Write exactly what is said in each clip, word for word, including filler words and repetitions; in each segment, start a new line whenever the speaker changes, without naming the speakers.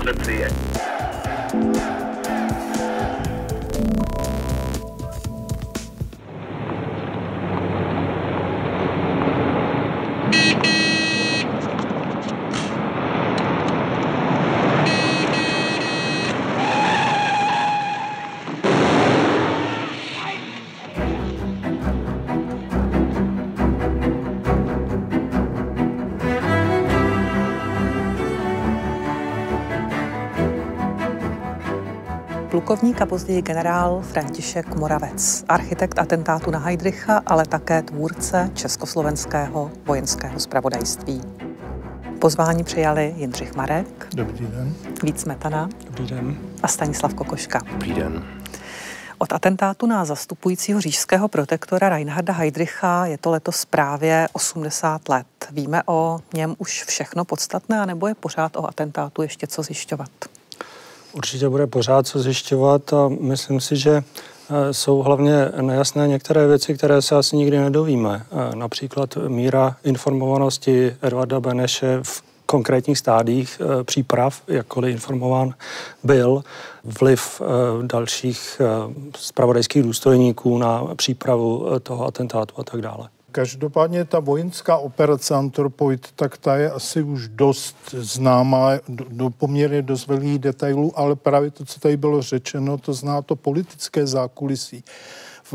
demokracie.
Plukovník a později generál František Moravec, architekt atentátu na Heydricha, ale také tvůrce československého vojenského zpravodajství. Pozvání přijali Jindřich Marek.
Dobrý den.
Vít Smetana.
Dobrý den.
A Stanislav Kokoška.
Dobrý den.
Od atentátu na zastupujícího říšského protektora Reinharda Heydricha je to letos právě osmdesát let. Víme o něm už všechno podstatné, anebo je pořád o atentátu ještě co zjišťovat?
Určitě bude pořád co zjišťovat a myslím si, že jsou hlavně nejasné některé věci, které se asi nikdy nedovíme. Například míra informovanosti Edvarda Beneše v konkrétních stádiích příprav, jakkoliv informován byl, vliv dalších zpravodajských důstojníků na přípravu toho atentátu a tak dále.
Každopádně ta vojenská operace Anthropoid, tak ta je asi už dost známá, do, do poměrně dost velkých detailů, ale právě to, co tady bylo řečeno, to zná to politické zákulisí. V,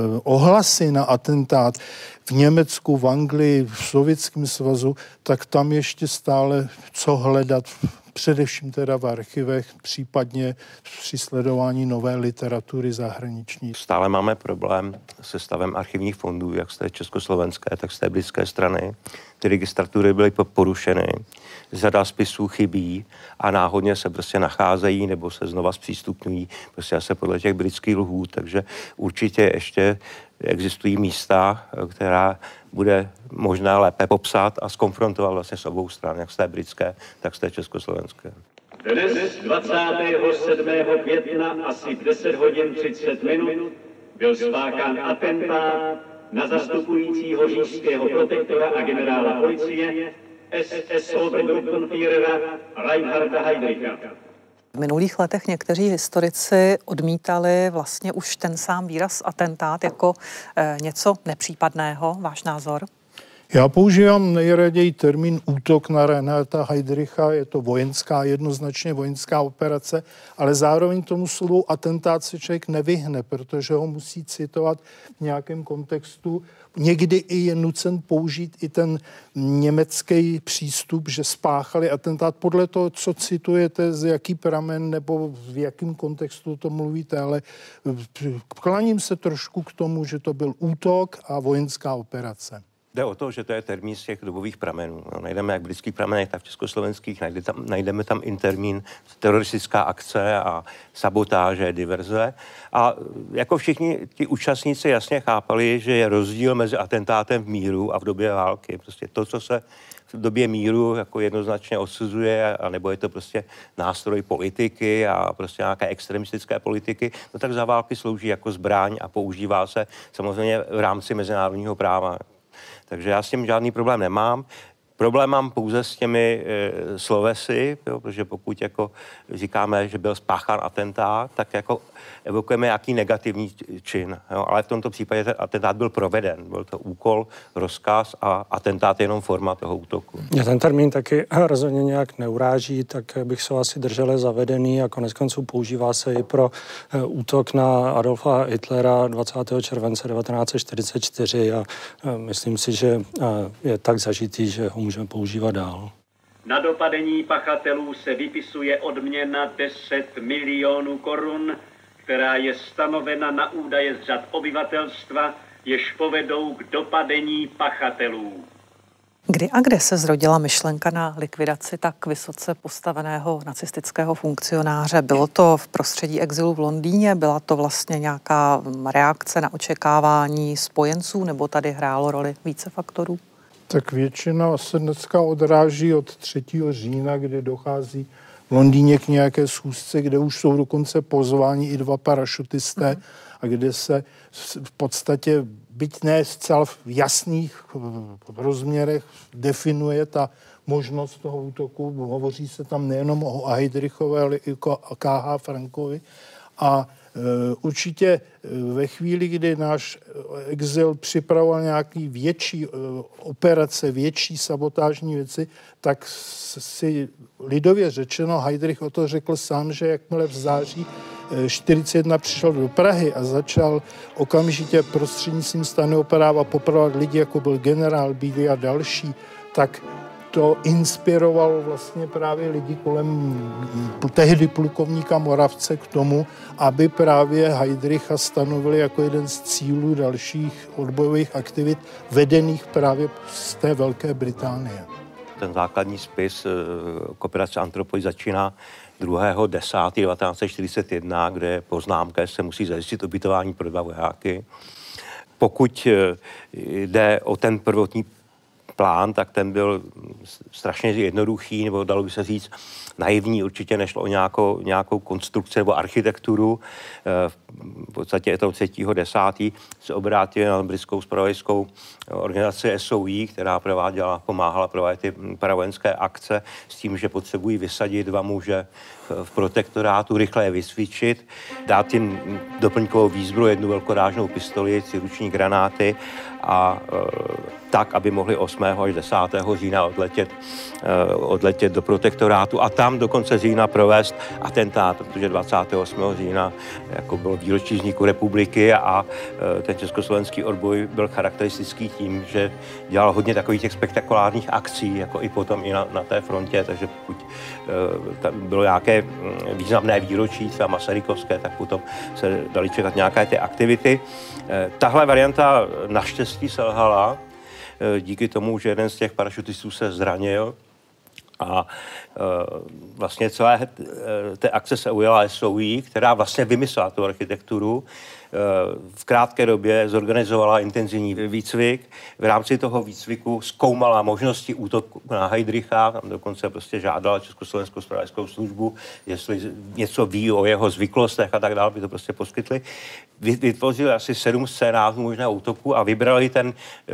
ohlasy na atentát v Německu, v Anglii, v Sovětském svazu, tak tam ještě stále co hledat, především teda v archivech, případně při sledování nové literatury zahraniční.
Stále máme problém se stavem archivních fondů, jak z té československé, tak z té britské strany. Ty registratury byly porušeny, řada spisů chybí a náhodně se prostě nacházejí nebo se znova zpřístupňují prostě asi podle těch britských lhůt, takže určitě ještě existují místa, která bude možná lépe popsat a zkonfrontovat vlastně s obou stran, jak z té britské, tak z té československé.
Dnes dvacátého sedmého května asi v deset hodin třicet minut byl spáchán atentát na zastupujícího říšského protektora a generála policie S S Obergruppenführera Reinharda Heydricha.
V minulých letech někteří historici odmítali vlastně už ten sám výraz atentát jako e, něco nepřípadného. Váš názor?
Já používám nejraději termín útok na Reinharda Heydricha, je to vojenská, jednoznačně vojenská operace, ale zároveň tomu slovu atentát se člověk nevyhne, protože ho musí citovat v nějakém kontextu. Někdy i je nucen použít i ten německý přístup, že spáchali atentát podle toho, co citujete, z jaký pramen nebo v jakém kontextu to mluvíte, ale klaním se trošku k tomu, že to byl útok a vojenská operace.
Jde o to, že to je termín z těch dobových pramenů. No, najdeme jak v britských pramenech, tak v československých, najde tam, najdeme tam i termín teroristická akce a sabotáže, diverze. A jako všichni ti účastníci jasně chápali, že je rozdíl mezi atentátem v míru a v době války. Prostě to, co se v době míru jako jednoznačně odsuzuje, anebo je to prostě nástroj politiky a prostě nějaké extremistické politiky, no tak za války slouží jako zbraň a používá se samozřejmě v rámci mezinárodního práva. Takže já s tím žádný problém nemám. Problém mám pouze s těmi e, slovesy, jo, protože pokud jako říkáme, že byl spáchán atentát, tak jako evokujeme nějaký negativní čin. Jo, ale v tomto případě ten atentát byl proveden. Byl to úkol, rozkaz a atentát je jenom forma toho útoku.
Mě ten termín taky rozhodně nějak neuráží, tak bych se asi držel zavedený a koneckonců používá se i pro e, útok na Adolfa Hitlera dvacátého července devatenáct set čtyřicet čtyři a e, myslím si, že e, je tak zažitý, že ho můžeme používat dál.
Na dopadení pachatelů se vypisuje odměna deset milionů korun, která je stanovena na údaje z řad obyvatelstva, jež povedou k dopadení pachatelů.
Kdy a kde se zrodila myšlenka na likvidaci tak vysoce postaveného nacistického funkcionáře? Bylo to v prostředí exilu v Londýně? Byla to vlastně nějaká reakce na očekávání spojenců, nebo tady hrálo roli více faktorů?
Tak většina se dneska odráží od třetího října, kdy dochází v Londýně k nějaké schůzce, kde už jsou dokonce pozváni i dva parašutisté, mm. a kde se v podstatě, byť ne zcela v jasných rozměrech, definuje ta možnost toho útoku. Hovoří se tam nejenom o Heydrichovi, ale i o K H. Frankovi. A e, určitě ve chvíli, kdy náš exil připravoval nějaký větší e, operace, větší sabotážní věci, tak si lidově řečeno Heydrich o to řekl sám, že jakmile v září čtyřicet jedna přišel do Prahy a začal okamžitě prostřednictvím stanného práva popravovat lidi, jako byl generál Bílý a další, tak to inspirovalo vlastně právě lidi kolem tehdy plukovníka Moravce k tomu, aby právě Heydricha stanovili jako jeden z cílů dalších odbojových aktivit vedených právě z té Velké Británie.
Ten základní spis k operaci Anthropoid začíná druhého desátého devatenáct set čtyřicet jedna, kde poznámka, že se musí zajistit ubytování pro dva vojáky. Pokud jde o ten prvotní plán, tak ten byl strašně jednoduchý, nebo dalo by se říct naivní, určitě nešlo o nějakou, nějakou konstrukci nebo architekturu. V podstatě je to třetího desátého se obrátili na britskou zpravodajskou organizaci S O E, která prováděla, pomáhala provádět ty paravojenské akce s tím, že potřebují vysadit dva muže v protektorátu, rychle je vysvičit, dát jim doplňkovou výzbroj, jednu velkorážnou pistoli, tři ruční granáty a e, tak, aby mohli osmého až desátého října odletět, e, odletět do protektorátu a tam do konce října provést atentát, protože dvacátého osmého října jako bylo výročí vzniku republiky a e, ten československý odboj byl charakteristický tím, že dělal hodně takových těch spektakulárních akcí, jako i potom i na, na té frontě, takže pokud e, tam bylo nějaké významné výročí, třeba Masarykovské, tak potom se dali čekat nějaké ty aktivity. E, tahle varianta naštěstí selhala e, díky tomu, že jeden z těch parašutistů se zranil a e, vlastně celé e, té akce se ujala S O E, která vlastně vymyslela tu architekturu. V krátké době zorganizovala intenzivní výcvik. V rámci toho výcviku zkoumala možnosti útoku na Heydricha, tam dokonce prostě žádala Československou zpravodajskou službu, jestli něco ví o jeho zvyklostech a tak dále, by to prostě poskytli. Vytvořili asi sedm scénářů možného útoku a vybrali ten,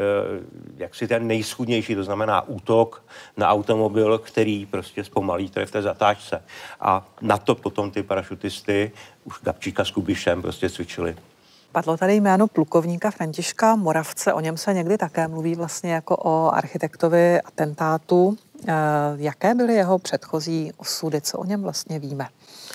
jaksi ten nejschudnější, to znamená útok na automobil, který prostě zpomalí v té zatáčce. A na to potom ty parašutisty už Gabčíka s Kubišem prostě cvičili.
Padlo tady jméno plukovníka Františka Moravce, o něm se někdy také mluví vlastně jako o architektovi atentátu. E, jaké byly jeho předchozí osudy, co o něm vlastně víme?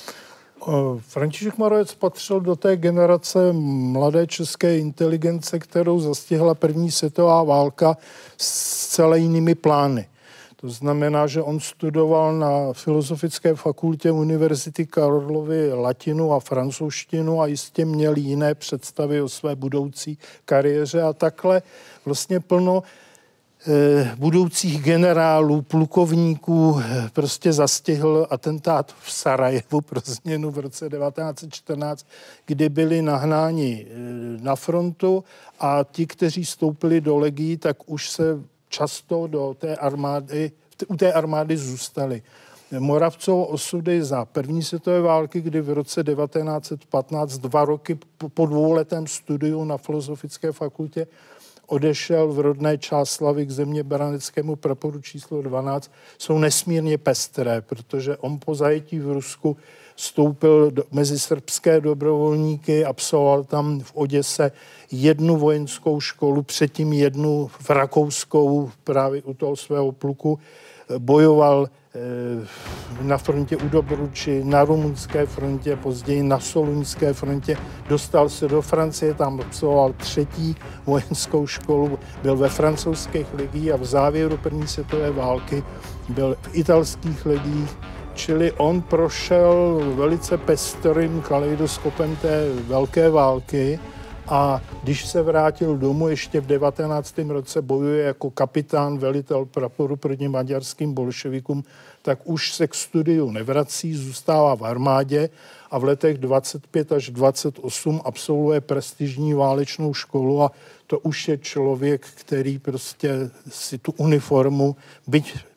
František Moravec patřil do té generace mladé české inteligence, kterou zastihla první světová válka s celé jinými plány. To znamená, že on studoval na Filozofické fakultě Univerzity Karlovy latinu a francouzštinu a jistě měl jiné představy o své budoucí kariéře a takhle vlastně plno eh, budoucích generálů, plukovníků eh, prostě zastihl atentát v Sarajevu pro změnu v roce devatenáct set čtrnáct, kdy byli nahnáni eh, na frontu a ti, kteří vstoupili do legií, tak už se často do té armády, u té armády zůstali. Moravcovo osudy za první světové války, kdy v roce devatenáct set patnáct, dva roky po dvouletém studiu na Filozofické fakultě, odešel v rodné Čáslavy k zeměbraneckému praporu číslo dvanáct, jsou nesmírně pestré, protože on po zajetí v Rusku vstoupil do, mezi srbské dobrovolníky, absolvoval tam v Oděse jednu vojenskou školu, předtím jednu v rakouskou právě u toho svého pluku, bojoval eh, na frontě u Dobruči, na rumunské frontě, později na Soluňské frontě, dostal se do Francie, tam absolvoval třetí vojenskou školu, byl ve francouzských legiích a v závěru první světové války byl v italských legiích. Čili on prošel velice pestrým kaleidoskopem té velké války a když se vrátil domů, ještě v devatenáctém roce bojuje jako kapitán, velitel praporu proti maďarským bolševikům, tak už se k studiu nevrací, zůstává v armádě a v letech dvacet pět až dvacet osm absolvuje prestižní válečnou školu a to už je člověk, který prostě si tu uniformu, byť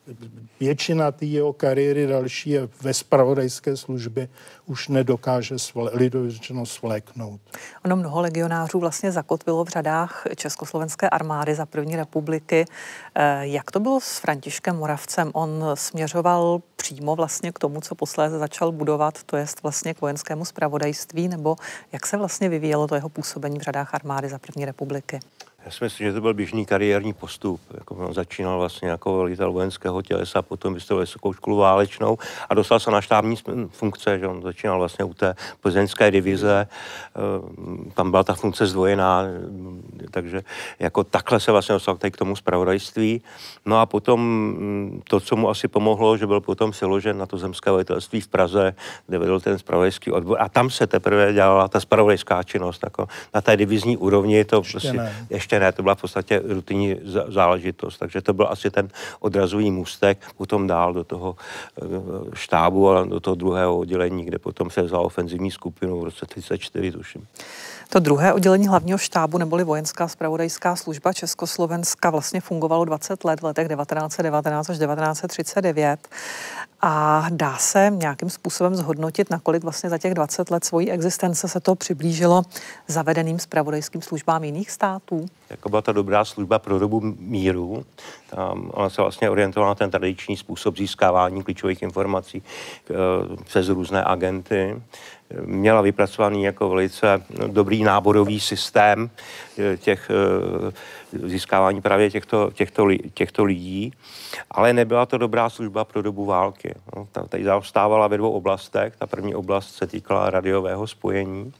většina té jeho kariéry další je ve zpravodajské službě, už nedokáže svle, lidově řečeno svléknout.
Ono mnoho legionářů vlastně zakotvilo v řadách Československé armády za první republiky. Jak to bylo s Františkem Moravcem? On směřoval přímo vlastně k tomu, co posléze začal budovat, to jest vlastně k vojenskému zpravodajství, nebo jak se vlastně vyvíjelo to jeho působení v řadách armády za první republiky?
Já si myslím, že to byl běžný kariérní postup. Jako on začínal vlastně jako velitel vojenského tělesa, potom vystudoval vysokou školu válečnou a dostal se na štábní funkce, že on začínal vlastně u té plzeňské divize, tam byla ta funkce zdvojená, takže jako takhle se vlastně dostal tady k tomu zpravodajství. No a potom to, co mu asi pomohlo, že byl potom siložen na to zemské velitelství v Praze, kde vedl ten zpravodajský odbor a tam se teprve dělala ta zpravodajská činnost, jako na té divizní úrovni to
ještě
prostě
ne.
ještě ne, to byla v podstatě rutinní záležitost, takže to byl asi ten odrazový můstek, potom dál do toho štábu a do toho druhého oddělení, kde potom se vzal ofenzivní skupinu v roce třicet čtyři, tuším.
To druhé oddělení hlavního štábu neboli vojenská zpravodajská služba Československa vlastně fungovalo dvacet let v letech devatenáct set devatenáct až devatenáct set třicet devět a dá se nějakým způsobem zhodnotit, nakolik vlastně za těch dvacet let svojí existence se to přiblížilo zavedeným zpravodajským službám jiných států?
Jako byla ta dobrá služba pro dobu míru. Tam ona se vlastně orientovala na ten tradiční způsob získávání klíčových informací e, přes různé agenty. Měla vypracovaný jako velice dobrý náborový systém těch získávání právě těchto, těchto, těchto lidí, ale nebyla to dobrá služba pro dobu války. No, tady zaostávala ve dvou oblastech. Ta první oblast se týkala radiového spojení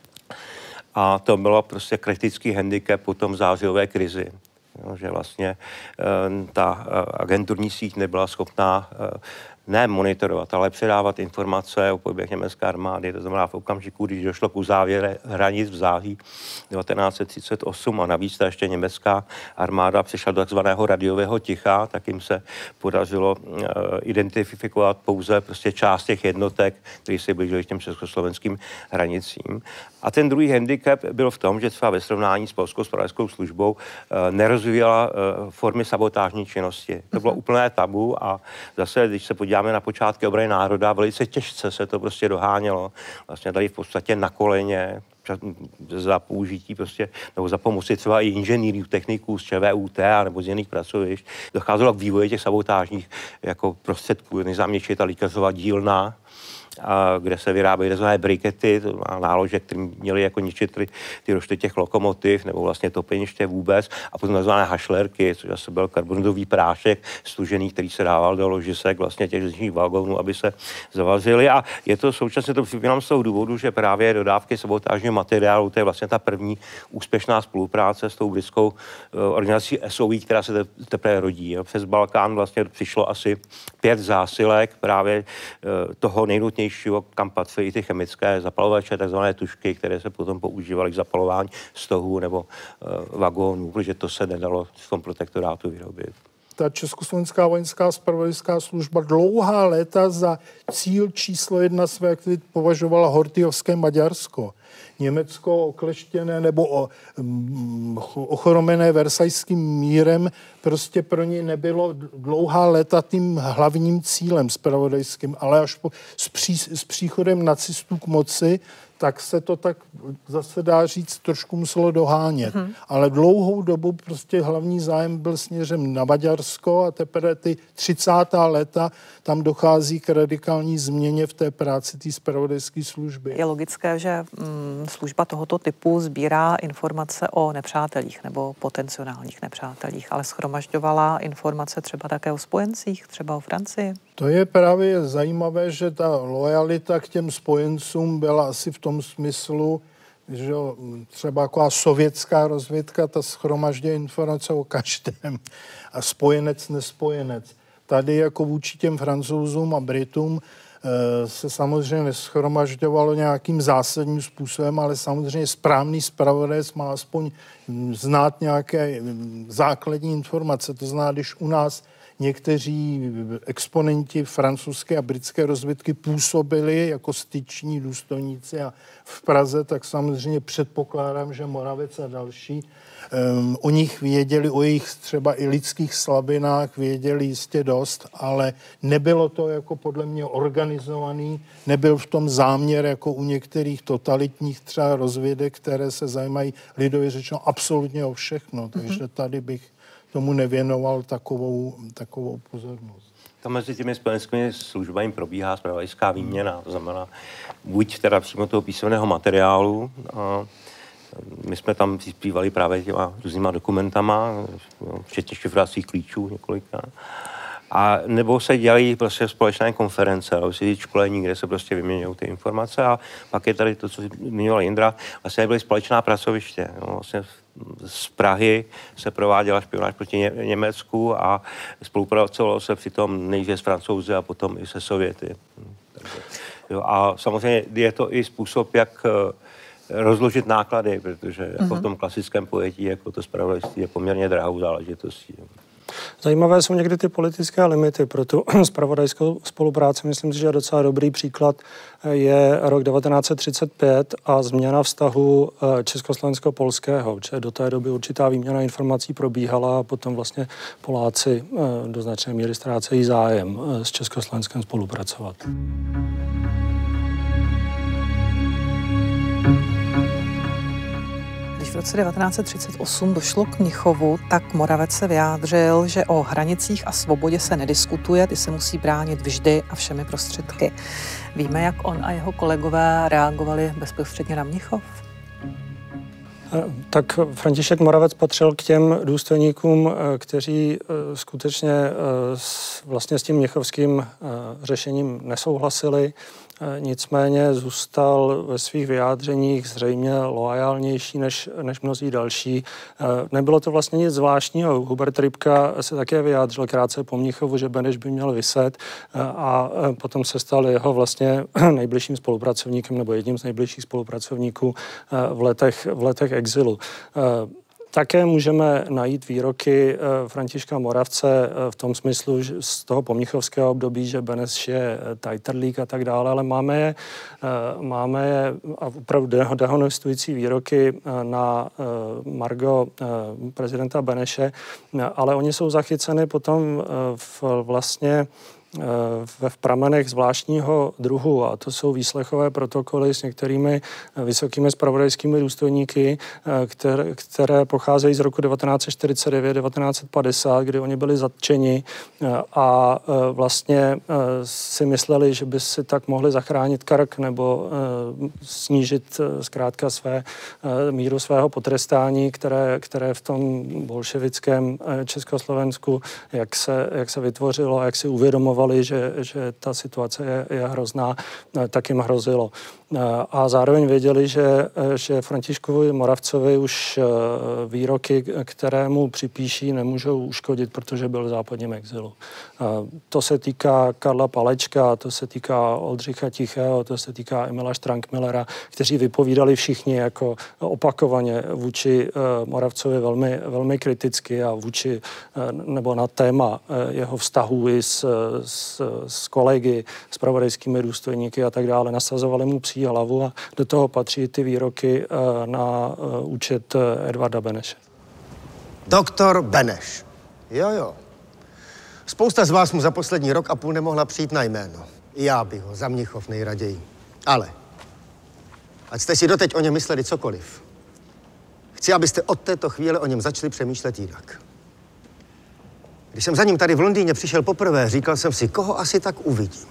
a to bylo prostě kritický handicap potom v zářijové krizi. Jo, že vlastně ta agenturní síť nebyla schopná ne monitorovat, ale předávat informace o pohybech německé armády. To znamená v okamžiku, když došlo k uzávěře hranic v září devatenáct set třicet osm a navíc ta ještě německá armáda přešla do takzvaného radiového ticha, tak jim se podařilo uh, identifikovat pouze prostě část těch jednotek, které se blížily k těm československým hranicím. A ten druhý handicap byl v tom, že třeba ve srovnání s polskou zpravodajskou službou uh, nerozvíjela uh, formy sabotážní činnosti. To bylo úplné tabu a zase, když se podíváme na počátky obrany národa, velice těžce se to prostě dohánělo. Vlastně tady v podstatě na koleně za použití prostě, nebo za pomoci třeba i inženýrů, techniků z ČVUT a nebo z jiných pracovišť. Docházelo k vývoji těch sabotážních jako prostředků. Nejznámější je ta Líkazova dílna, a kde se vyrábějí takzvané brikety, nálože, které měly jako ničit ty, ty rošty těch lokomotiv, nebo vlastně topeniště vůbec, a potom takzvané hašlerky, což zase byl karbonidový prášek stužený, který se dával do ložisek vlastně těch železničních vagónů, aby se zavazily. A je to současně, to připomínám z toho důvodu, že právě dodávky sabotážního materiálu, to je vlastně ta první úspěšná spolupráce s tou britskou uh, organizací S O I, která se te, teprve rodí. Jo. Přes Balkán vlastně přišlo asi pět zásilek právě uh, toho nejnutnějšího, kam patří i ty chemické zapalovače, takzvané tušky, které se potom používaly k zapalování stohů nebo uh, vagónů, protože to se nedalo v tom protektorátu vyrobit.
Ta Československá vojenská zpravodajská služba dlouhá léta za cíl číslo jedna své aktivity považovala Horthyovské Maďarsko. Německo okleštěné nebo o, um, ochromené versajským mírem prostě pro ně nebylo dlouhá léta tím hlavním cílem zpravodajským, ale až po, s, pří, s příchodem nacistů k moci, tak se to tak zase dá říct, trošku muselo dohánět. Hmm. Ale dlouhou dobu prostě hlavní zájem byl směrem na Maďarsko a teprve ty třicátá léta tam dochází k radikální změně v té práci té zpravodajské služby.
Je logické, že mm, služba tohoto typu sbírá informace o nepřátelích nebo potenciálních nepřátelích, ale shromažďovala informace třeba také o spojencích, třeba o Francii.
To je právě zajímavé, že ta lojalita k těm spojencům byla asi v tom smyslu, že třeba taková sovětská rozvědka, ta shromažďuje informace o každém a spojenec, nespojenec. Tady jako vůči těm Francouzům a Britům se samozřejmě neschromažďovalo nějakým zásadním způsobem, ale samozřejmě správný zpravodajec má aspoň znát nějaké základní informace. To znamená, když u nás někteří exponenti francouzské a britské rozvědky působili jako styční důstojníci a v Praze, tak samozřejmě předpokládám, že Moravec a další um, o nich věděli, o jejich třeba i lidských slabinách věděli jistě dost, ale nebylo to jako podle mě organizovaný, nebyl v tom záměr jako u některých totalitních třeba rozvědek, které se zajímají lidově řečeno absolutně o všechno, takže tady bych tomu nevěnoval takovou, takovou pozornost.
To mezi těmi spojenskými službami probíhá zpravodajská výměna, to znamená buď teda přímo toho písemného materiálu, a my jsme tam přispívali právě těma různýma dokumentama, včetně šifrovacích klíčů několika, a nebo se dělají prostě společné konference, ale si školení, kde se prostě vyměňují ty informace, a pak je tady to, co zmiňoval Jindra, vlastně byly společná pracoviště. No, vlastně z Prahy se prováděla špionáž proti Ně- Německu a spolupracovalo se přitom nejdříve s Francouzi a potom i se Sověty. Takže, jo, a samozřejmě je to i způsob, jak rozložit náklady, protože mm-hmm. jako v tom klasickém pojetí, jako to zpravodajství je poměrně drahou záležitostí.
Zajímavé jsou někdy ty politické limity pro tu zpravodajskou spolupráci. Myslím si, že docela dobrý příklad je rok devatenáct set třicet pět a změna vztahu československo-polského, protože do té doby určitá výměna informací probíhala a potom vlastně Poláci do značné míry ztrácejí zájem s Československem spolupracovat.
V roce devatenáct set třicet osm došlo k Mnichovu, tak Moravec se vyjádřil, že o hranicích a svobodě se nediskutuje, ty se musí bránit vždy a všemi prostředky. Víme, jak on a jeho kolegové reagovali bezprostředně na Mnichov?
Tak František Moravec patřil k těm důstojníkům, kteří skutečně vlastně s tím mnichovským řešením nesouhlasili. Nicméně zůstal ve svých vyjádřeních zřejmě loajálnější než, než mnozí další. Nebylo to vlastně nic zvláštního. Hubert Rybka se také vyjádřil krátce po Mnichovu, že Beneš by měl viset, a potom se stal jeho vlastně nejbližším spolupracovníkem nebo jedním z nejbližších spolupracovníků v letech, v letech exilu. Také můžeme najít výroky Františka Moravce v tom smyslu, že z toho pomnichovského období, že Beneš je tajterlík a tak dále, ale máme je, máme je a opravdu dehonestující výroky na margo prezidenta Beneše, ale oni jsou zachyceny potom v vlastně ve pramenech zvláštního druhu, a to jsou výslechové protokoly s některými vysokými zpravodajskými důstojníky, které, které pocházejí z roku devatenáct set čtyřicet devět devatenáct set padesát, kdy oni byli zatčeni a vlastně si mysleli, že by si tak mohli zachránit krk nebo snížit zkrátka své míru svého potrestání, které, které v tom bolševickém Československu, jak se, jak se vytvořilo a jak si uvědomovalo, Že, že ta situace je, je hrozná, tak jim hrozilo. A zároveň věděli, že, že Františkovi Moravcovi už výroky, které mu připíší, nemůžou uškodit, protože byl v západním exilu. To se týká Karla Palečka, to se týká Oldřicha Tichého, to se týká Emila Strankmillera, kteří vypovídali všichni jako opakovaně vůči Moravcovi velmi, velmi kriticky a vůči nebo na téma jeho vztahů i s, s, s kolegy, s zpravodajskými důstojníky a tak dále. Nasazovali mu psí hlavu a do toho patří ty výroky na účet Edvarda Beneše.
Doktor Beneš. Jo, jo. Spousta z vás mu za poslední rok a půl nemohla přijít na jméno. I já bych ho za Mnichov nejraději. Ale ať jste si doteď o něm mysleli cokoliv, chci, abyste od této chvíle o něm začali přemýšlet jinak. Když jsem za ním tady v Londýně přišel poprvé, říkal jsem si, koho asi tak uvidím.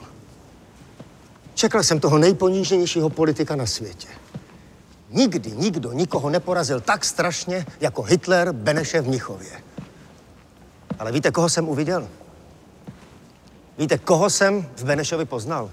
Čekal jsem toho nejponíženějšího politika na světě. Nikdy nikdo nikoho neporazil tak strašně, jako Hitler Beneše v Mnichově. Ale víte, koho jsem uviděl? Víte, koho jsem v Benešovi poznal?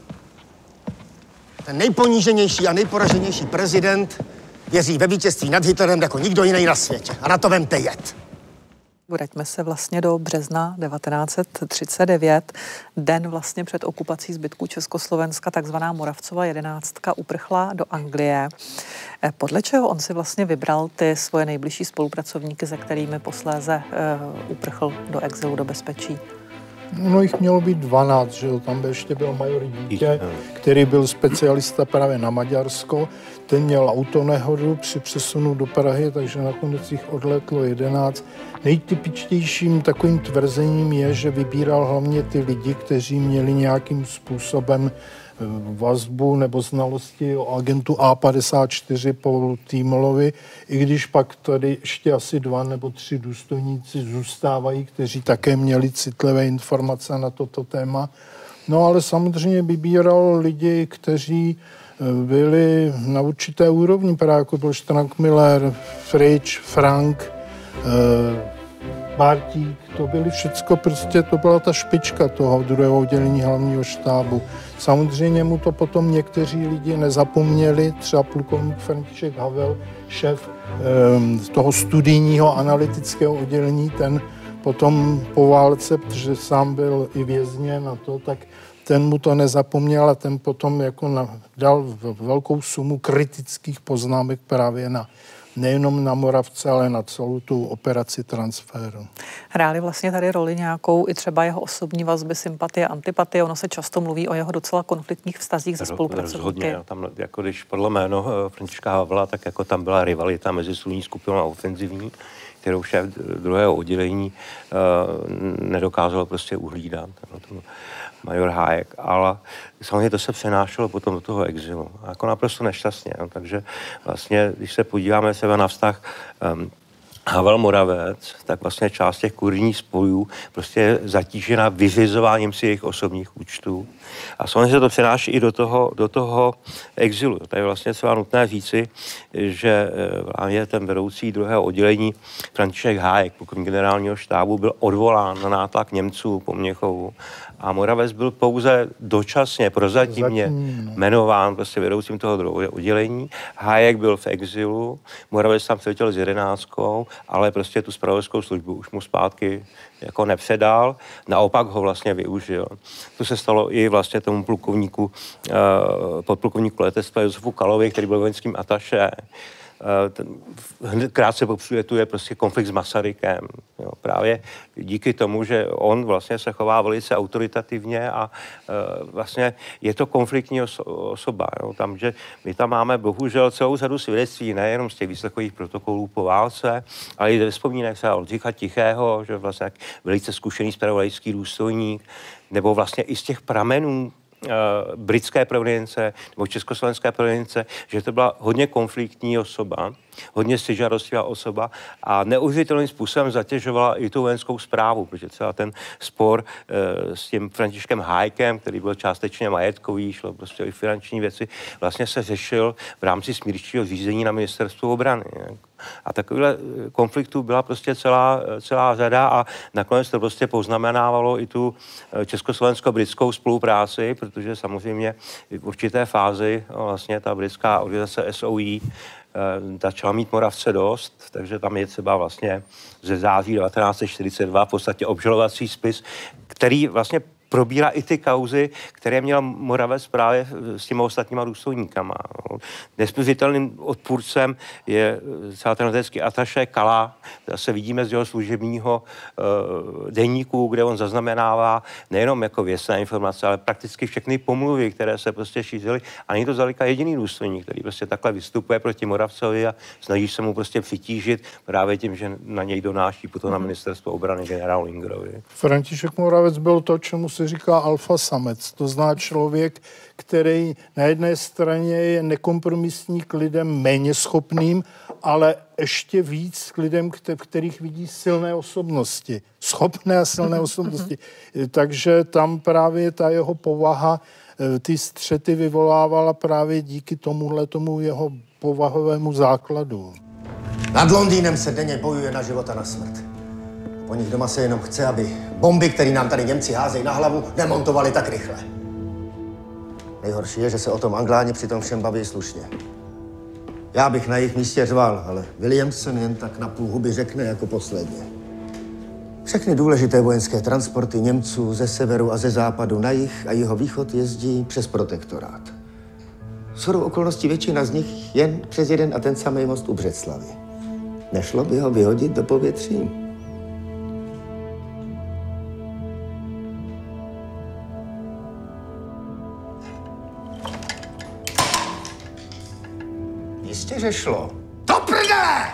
Ten nejponíženější a nejporaženější prezident věří ve vítězství nad Hitlerem jako nikdo jiný na světě. A na to vemte jed.
Vraťme se vlastně do března devatenáct set třicet devět, den vlastně před okupací zbytků Československa, takzvaná Moravcova jedenáctka uprchla do Anglie. Podle čeho on si vlastně vybral ty svoje nejbližší spolupracovníky, se kterými posléze uh, uprchl do exilu, do bezpečí?
No jich mělo být dvanáct, že jo, tam ještě byl major Dítě, který byl specialista právě na Maďarsko. Ten měl autonehodu při přesunu do Prahy, takže nakonec jich odletlo jedenáct. Nejtypičtějším takovým tvrzením je, že vybíral hlavně ty lidi, kteří měli nějakým způsobem vazbu nebo znalosti o agentu A padesát čtyři Paulu Týmolovi, i když pak tady ještě asi dva nebo tři důstojníci zůstávají, kteří také měli citlivé informace na toto téma. No ale samozřejmě vybíral lidi, kteří byli na určité úrovni, právě jako byl Strankmiller, Fritsch, Frank, Bartík, to byly všecko prostě, to byla ta špička toho druhého oddělení hlavního štábu. Samozřejmě mu to potom někteří lidi nezapomněli, třeba plukovník František Havel, šéf eh, toho studijního analytického oddělení, ten potom po válce, protože sám byl i vězněn na to, tak ten mu to nezapomněl a ten potom jako na, dal velkou sumu kritických poznámek právě na nejenom na Moravce, ale na celou tu operaci transferu.
Hráli vlastně tady roli nějakou i třeba jeho osobní vazby, sympatie, antipatie. Ono se často mluví o jeho docela konfliktních vztazích se spolupracovníky.
Rozhodně, tam jako když podle jméno Františka Havla, tak jako tam byla rivalita mezi slovní skupinou a ofenzivní, kterou šéf druhého oddělení uh, nedokázal prostě uhlídat. No, major Hájek, ale samozřejmě to se přenášelo potom do toho exilu. A jako naprosto nešťastně. No, takže vlastně, když se podíváme sebe na vztah um, Havel Moravec, tak vlastně část těch kurních spojů prostě je zatížena vyřizováním si jejich osobních účtů. A samozřejmě se to přenáší i do toho, do toho exilu. Tady je vlastně třeba nutné říci, že právě ten vedoucí druhého oddělení František Hájek, plukovník generálního štábu, byl odvolán na nátlak Němců po Mnichovu. A Moravec byl pouze dočasně, prozatímně jmenován prostě vedoucím toho druhého oddělení. Hájek byl v exilu, Moravec tam přiletěl s jedenáctkou, ale prostě tu zpravodajskou službu už mu zpátky jako nepředal, naopak ho vlastně využil. To se stalo i vlastně tomu plukovníku, podplukovníku letectva Josefu Kalovi, který byl vojenským ataše. Krátce po příletu je prostě konflikt s Masarykem. Jo, právě díky tomu, že on vlastně se chová velice autoritativně a uh, vlastně je to konfliktní oso- osoba. Jo, tam, že my tam máme bohužel celou řadu svědectví, nejenom z těch výslechových protokolů po válce, ale i ze vzpomínek se Oldřicha Tichého, že vlastně velice zkušený zpravodajský důstojník, nebo vlastně i z těch pramenů Uh, britské provenience nebo československé provenience, že to byla hodně konfliktní osoba, hodně stěžádostivá osoba a neuvěřitelným způsobem zatěžovala i tu vojenskou správu, protože třeba ten spor uh, s tím Františkem Hájkem, který byl částečně majetkový, šlo prostě i finanční věci, vlastně se řešil v rámci smírčího řízení na ministerstvu obrany. A takovýhle konfliktů byla prostě celá, celá řada a nakonec to prostě poznamenávalo i tu československo-britskou spolupráci, protože samozřejmě v určité fázi vlastně ta britská organizace S O E začala mít Moravce dost, takže tam je třeba vlastně ze září devatenáct set čtyřicet dva v podstatě obžalovací spis, který vlastně probírá i ty kauzy, které měl Moravec právě s těmi ostatníma důstojníkama. Nesmířitelným odpůrcem je celá ten letecký ataše Kala. Zase vidíme z jeho služebního uh, deníku, kde on zaznamenává nejenom jako věcné informace, ale prakticky všechny pomluvy, které se prostě šířily. A není to zdaleka jediný důstojník, který prostě takhle vystupuje proti Moravcovi a snaží se mu prostě přitížit právě tím, že na něj donáší potom na ministerstvo obrany generálu Lingerovi.
František Moravec byl to, čemu se říká alfa samec. To zná člověk, který na jedné straně je nekompromisní k lidem méně schopným, ale ještě víc k lidem, v kterých vidí silné osobnosti. Schopné a silné osobnosti. Takže tam právě ta jeho povaha, ty střety vyvolávala právě díky tomuhle tomu jeho povahovému základu.
Nad Londýnem se denně bojuje na život a na smrt. Po nich doma se jenom chce, aby bomby, které nám tady Němci házejí na hlavu, demontovali tak rychle. Nejhorší je, že se o tom Angláni při tom všem baví slušně. Já bych na jejich místě řval, ale Williamson jen tak na půl huby řekne jako posledně. Všechny důležité vojenské transporty Němců ze severu a ze západu na jih a jihovýchod jezdí přes protektorát. Shodou okolností většina z nich jen přes jeden a ten samý most u Břeclavi. Nešlo by ho vyhodit do povětří? dobře šlo. Do prdele!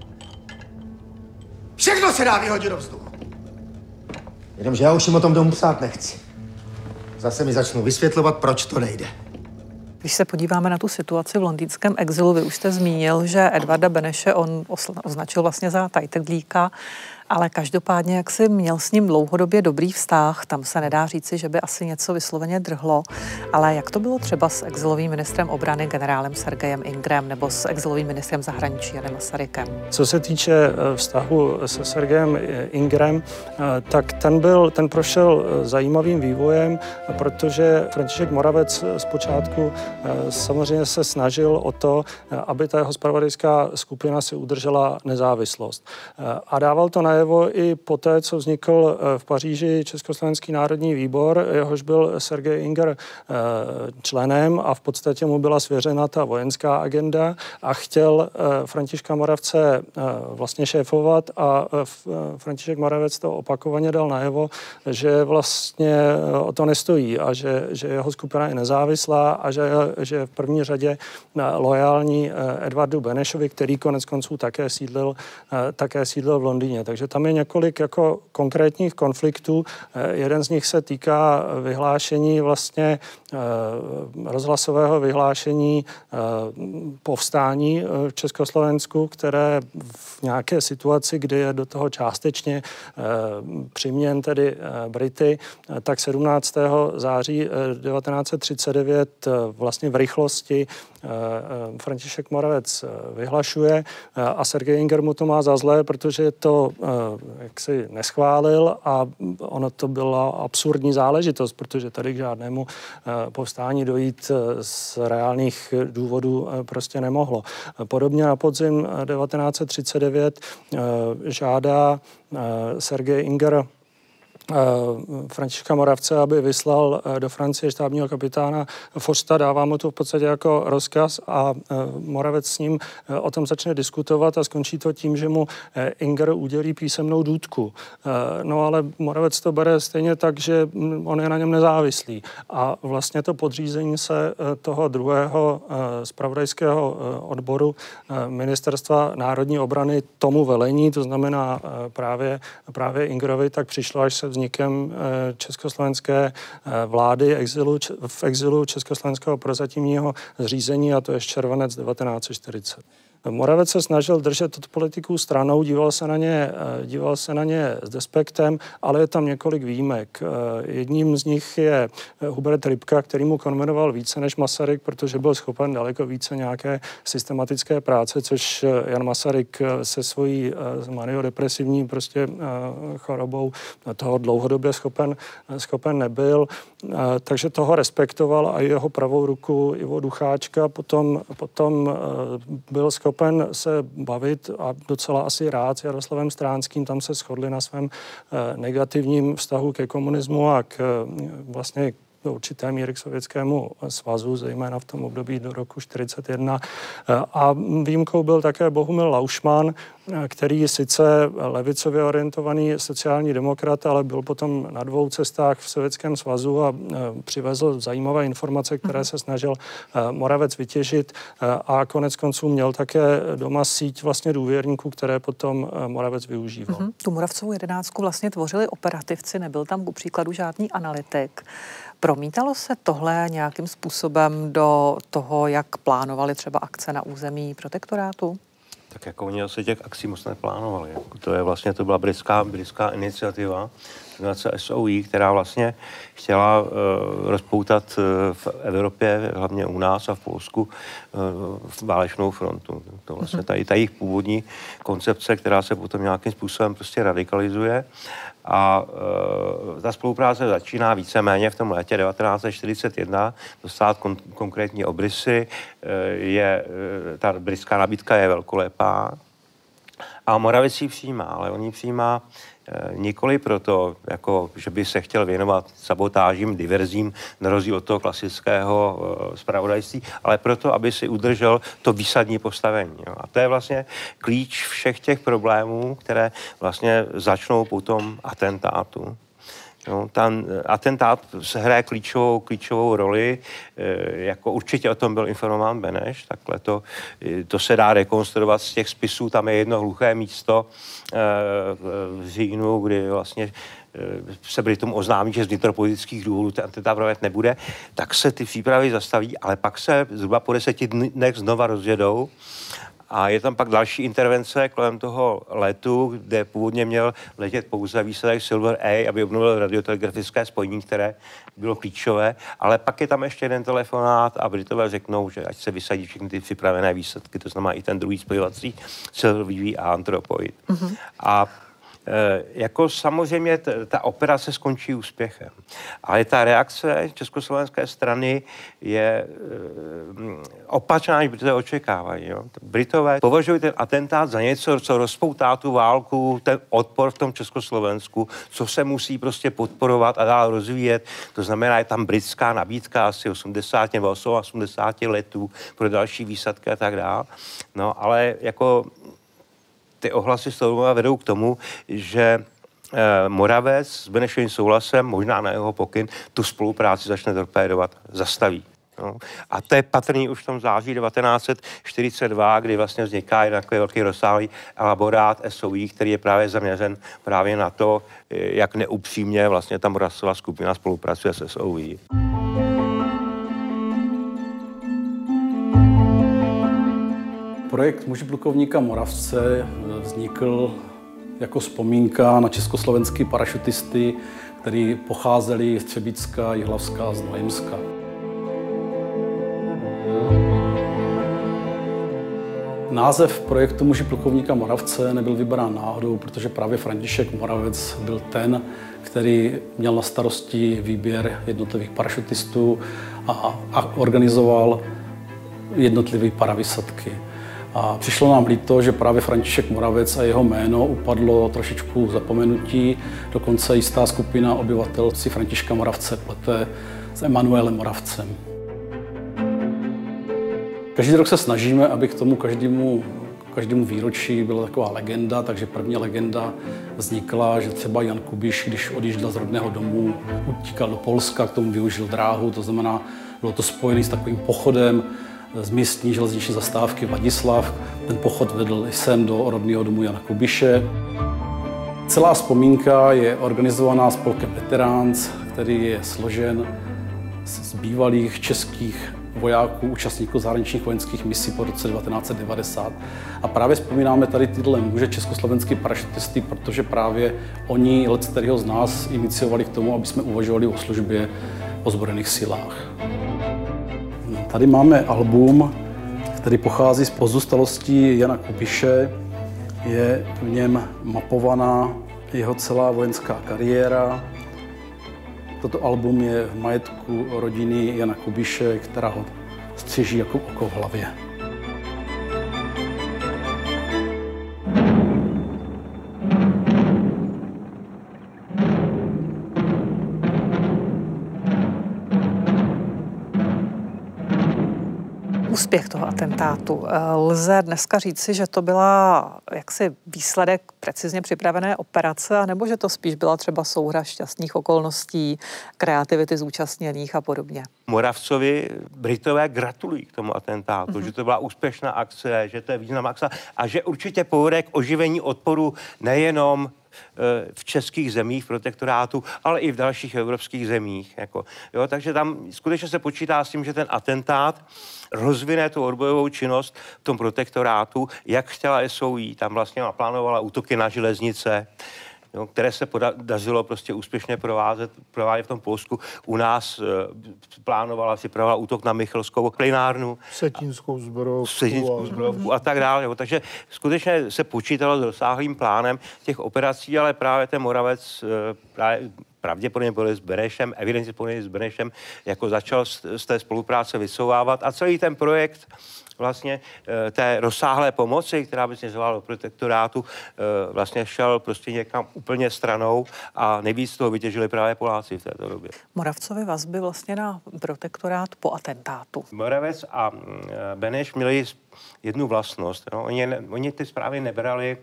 Všechno se dá vyhodit do vzduchu. Jenomže já už jim o tom domu psát nechci. Zase mi začnu vysvětlovat, proč to nejde.
Když se podíváme na tu situaci v londýnském exilu, vy už jste zmínil, že Edvarda Beneše on označil vlastně za tajtrlíka, ale každopádně, jak si měl s ním dlouhodobě dobrý vztah, tam se nedá říci, že by asi něco vysloveně drhlo, ale jak to bylo třeba s exilovým ministrem obrany generálem Sergejem Ingrem nebo s exilovým ministrem zahraničí Janem Masarykem?
Co se týče vztahu se Sergejem Ingrem, tak ten byl, ten prošel zajímavým vývojem, protože František Moravec zpočátku samozřejmě se snažil o to, aby ta jeho zpravodajská skupina si udržela nezávislost. A dával to najevo i poté, co vznikl v Paříži Československý národní výbor, jehož byl Sergej Inger členem a v podstatě mu byla svěřena ta vojenská agenda a chtěl Františka Moravce vlastně šéfovat a František Moravec to opakovaně dal najevo, že vlastně o to nestojí a že, že jeho skupina je nezávislá a že, že je v první řadě loajální Edvardu Benešovi, který konec konců také sídlil, také sídlil v Londýně. Takže tam je několik jako konkrétních konfliktů. Jeden z nich se týká vyhlášení vlastně rozhlasového vyhlášení povstání v Československu, které v nějaké situaci, kdy je do toho částečně přiměn tedy Brity, tak sedmnáctého září devatenáct set třicet devět vlastně v rychlosti František Moravec vyhlašuje a Sergej Inger mu to má za zlé, protože to jaksi neschválil a ono to byla absurdní záležitost, protože tady k žádnému povstání dojít z reálných důvodů prostě nemohlo. Podobně na podzim devatenáct set třicet devět žádá Sergej Inger Františka Moravce, aby vyslal do Francie štábního kapitána Forsta, dává mu to v podstatě jako rozkaz a Moravec s ním o tom začne diskutovat a skončí to tím, že mu Inger udělí písemnou důtku. No ale Moravec to bere stejně tak, že on je na něm nezávislý a vlastně to podřízení se toho druhého zpravodajského odboru Ministerstva národní obrany tomu velení, to znamená právě, právě Ingerovi, tak přišlo, až se vznikem československé vlády exilu, v exilu československého prozatímního zřízení, a to je červenec devatenáct set čtyřicet. Moravec se snažil držet od politiků stranou, díval se na ně, díval se na ně s despektem, ale je tam několik výjimek. Jedním z nich je Hubert Ripka, který mu konvenoval více než Masaryk, protože byl schopen daleko více nějaké systematické práce, což Jan Masaryk se svojí maniodepresivní prostě chorobou toho dlouhodobě schopen, schopen nebyl. Takže toho respektoval a jeho pravou ruku Ivo Ducháčka potom, potom byl schopen se bavit a docela asi rád s Jaroslavem Stránským. Tam se shodli na svém negativním vztahu ke komunismu a k vlastně do určité míry k Sovětskému svazu, zejména v tom období do roku čtyřicet jedna. A výjimkou byl také Bohumil Laušman, který sice levicově orientovaný sociální demokrat, ale byl potom na dvou cestách v Sovětském svazu a přivezl zajímavé informace, které se snažil Moravec vytěžit a konec konců měl také doma síť vlastně důvěrníků, které potom Moravec využíval. Mm-hmm.
Tu Moravcovou jedenáctku vlastně tvořili operativci, nebyl tam ku příkladu žádný analytik. Promítalo se tohle nějakým způsobem do toho, jak plánovali třeba akce na území protektorátu?
Tak jako oni se těch akcí moc neplánovali. To je vlastně, to byla britská, britská iniciativa, S O I, která vlastně chtěla uh, rozpoutat uh, v Evropě, hlavně u nás a v Polsku, uh, válečnou frontu. To vlastně ta, ta jejich původní koncepce, která se potom nějakým způsobem prostě radikalizuje. A uh, ta spolupráce začíná víceméně v tom létě devatenáct set čtyřicet jedna, dostat kon- konkrétní obrysy, uh, je, uh, ta britská nabídka je velkolepá a Moravec ji přijímá, ale on ji přijímá nikoli proto, jako, že by se chtěl věnovat sabotážím, diverzím, na rozdíl od toho klasického uh, zpravodajství, ale proto, aby si udržel to výsadní postavení. Jo. A to je vlastně klíč všech těch problémů, které vlastně začnou po tom atentátu, No, ten atentát hraje klíčovou, klíčovou roli, jako určitě o tom byl informován Beneš, takhle to, to se dá rekonstruovat z těch spisů, tam je jedno hluché místo v říjnu, kdy vlastně se Britům oznámí, že z vnitropolitických důvodů ten atentát provádět nebude, tak se ty přípravy zastaví, ale pak se zhruba po deseti dnech znova rozjedou. A je tam pak další intervence kolem toho letu, kde původně měl letět pouze výsledek Silver A, aby obnovil radiotelegrafické spojení, které bylo klíčové, ale pak je tam ještě jeden telefonát a Britové řeknou, že ať se vysadí všechny ty připravené výsledky, to znamená i ten druhý spojovací Silver V a Anthropoid. Mm-hmm. A E, jako samozřejmě t, ta operace skončí úspěchem. Ale ta reakce československé strany je e, opačná, než Britové očekávají. Jo? Britové považují ten atentát za něco, co rozpoutá tu válku, ten odpor v tom Československu, co se musí prostě podporovat a dál rozvíjet. To znamená, je tam britská nabídka asi osmdesát nebo osmdesát letů pro další výsadky a tak dále. No, ale jako ty ohlasy z toho vedou k tomu, že eh, Moravec s Benešovým souhlasem, možná na jeho pokyn, tu spolupráci začne torpédovat, zastaví. No. A to je patrný už v tom září devatenáct set čtyřicet dva, kdy vlastně vzniká takový velký rozsáhlý elaborát S O I, který je právě zaměřen právě na to, jak neupřímně vlastně ta Moravcová skupina spolupracuje s S O I.
Projekt Muži plukovníka Moravce vznikl jako vzpomínka na československý parašutisty, kteří pocházeli z Třebíčska, Jihlavska a Znojemska. Název projektu Muži plukovníka Moravce nebyl vybrán náhodou, protože právě František Moravec byl ten, který měl na starosti výběr jednotlivých parašutistů a, a organizoval jednotlivé paravysадky. A přišlo nám líto, že právě František Moravec a jeho jméno upadlo trošičku zapomenutí. Dokonce jistá skupina obyvatel si Františka Moravce plete s Emanuelem Moravcem. Každý rok se snažíme, aby k tomu každému, každému výročí byla taková legenda, takže první legenda vznikla, že třeba Jan Kubiš, když odjížděl z rodného domu, utíkal do Polska, k tomu využil dráhu, to znamená, bylo to spojené s takovým pochodem z místní železniční zastávky Vladislav. Ten pochod vedl i sem do rodného domu Jana Kubiše. Celá vzpomínka je organizovaná spolkem Veterans, který je složen z bývalých českých vojáků, účastníků zahraničních vojenských misí po roce devatenáct set devadesát. A právě vzpomínáme tady tyhle muže československý parašutisty, protože právě oni, let kterého z nás, iniciovali k tomu, aby jsme uvažovali o službě v ozbrojených silách. Tady máme album, který pochází z pozůstalostí Jana Kubiše. Je v něm mapovaná jeho celá vojenská kariéra. Toto album je v majetku rodiny Jana Kubiše, která ho střeží jako oko v hlavě.
Úspěch toho atentátu. Lze dneska říci, že to byla jaksi výsledek precizně připravené operace, anebo že to spíš byla třeba souhra šťastných okolností, kreativity zúčastněných a podobně?
Moravcovi Britové gratulují k tomu atentátu, mm-hmm. že to byla úspěšná akce, že to je významná akce a že určitě povede k oživení odporu nejenom v českých zemích protektorátu, ale i v dalších evropských zemích. Jako, jo, takže tam skutečně se počítá s tím, že ten atentát rozvine tu odbojovou činnost v tom protektorátu, jak chtěla S O I, tam vlastně naplánovala útoky na železnice, jo, které se podařilo prostě úspěšně provázet, provádět v tom Polsku. U nás e, plánovala, připravovala útok na Michalskou plynárnu.
Setínskou zbrojovku.
Setínskou zbrojovku a tak dále. Jo. Takže skutečně se počítalo s rozsáhlým plánem těch operací, ale právě ten Moravec e, právě pravděpodobně byl s Benešem, evidentně s Benešem, jako začal z, z té spolupráce vysouvávat a celý ten projekt vlastně té rozsáhlé pomoci, která by směřovala do protektorátu, vlastně šel prostě někam úplně stranou a nejvíc toho vytěžili právě Poláci v této době.
Moravcovi vazby vlastně na protektorát po atentátu.
Moravec a Beneš měli jednu vlastnost. No. Oni, oni ty zprávy nebrali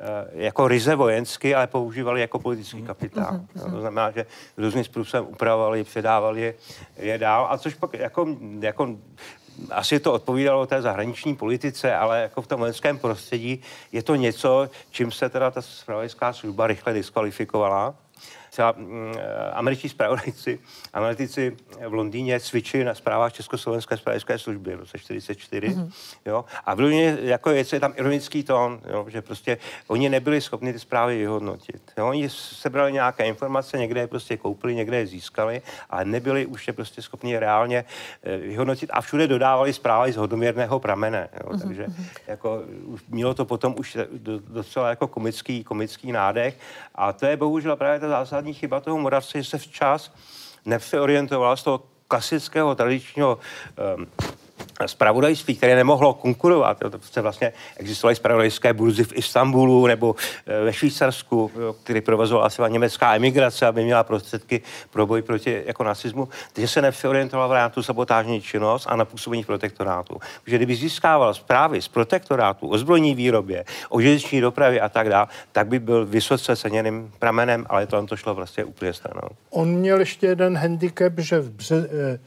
jako ryze vojensky, ale používali jako politický kapitál. No, to znamená, že různým způsobem upravovali, předávali je, je dál, a což pak jako, jako asi to odpovídalo té zahraniční politice, ale jako v tom vojenském prostředí je to něco, čím se teda ta zpravodajská služba rychle diskvalifikovala. Třeba mm, američtí zpravodajci, analytici v Londýně cvičili na zprávách Československé zpravodajské služby v roce čtyřicet čtyři. Mm-hmm. Jo? A v Londýně jako je, je tam ironický tón, jo? Že prostě oni nebyli schopni ty zprávy vyhodnotit. Jo? Oni sebrali nějaké informace, někde je prostě koupili, někde je získali, ale nebyli už je prostě schopni reálně eh, vyhodnotit a všude dodávali zprávy z hodoměrného pramene. Jo? Mm-hmm. Takže jako, mělo to potom už docela jako komický, komický nádech, a to je bohužel právě ta zásadní chyba toho Moravce, že se včas nepřeorientoval z toho klasického tradičního um, zpravodajství, které nemohlo konkurovat. To vlastně existovaly zpravodajské burzy v Istanbulu nebo ve Švýcarsku, který provozovala asi německá emigrace, aby měla prostředky pro boj proti jako nacismu, takže se nepřeorientovala na tu sabotážní činnost a na působení protektorátu. Protože kdyby získával zprávy z protektorátu o zbrojní výrobě, o železniční dopravě a tak dále, tak by byl vysoce ceněným pramenem, ale to to šlo vlastně úplně stranou.
On měl ještě jeden handicap, že v bře-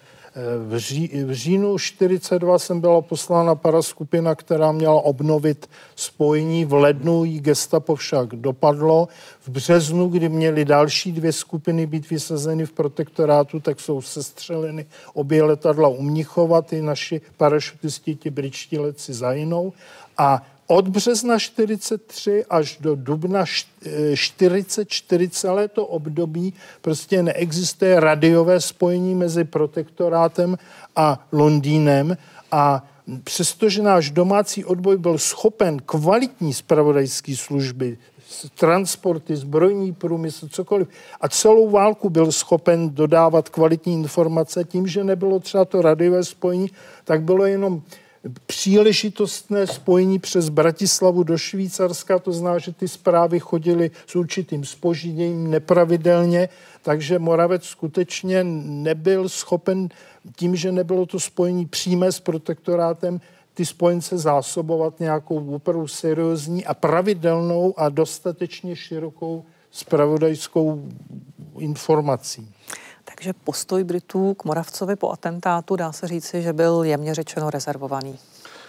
V, ří, v říjnu čtyřicet dva jsem byla poslána paraskupina, která měla obnovit spojení. V lednu jí gestapo však dopadlo. V březnu, kdy měly další dvě skupiny být vysazeny v protektorátu, tak jsou sestřeleny obě letadla u Mnichova. Ty naši parašutisti, ti britští letci zahynou. A od března čtyřicet tři až do dubna čtyřicet čtyři celé to období prostě neexistuje radiové spojení mezi protektorátem a Londýnem, a přestože náš domácí odboj byl schopen kvalitní zpravodajské služby, transporty, zbrojní průmysl, cokoliv, a celou válku byl schopen dodávat kvalitní informace, tím, že nebylo třeba to radiové spojení, tak bylo jenom příležitostné spojení přes Bratislavu do Švýcarska, to znamená, že ty zprávy chodily s určitým zpožděním nepravidelně, takže Moravec skutečně nebyl schopen tím, že nebylo to spojení přímé s protektorátem, ty spojence zásobovat nějakou opravdu seriózní a pravidelnou a dostatečně širokou zpravodajskou informací.
Takže postoj Britů k Moravcovi po atentátu dá se říci, že byl jemně řečeno rezervovaný.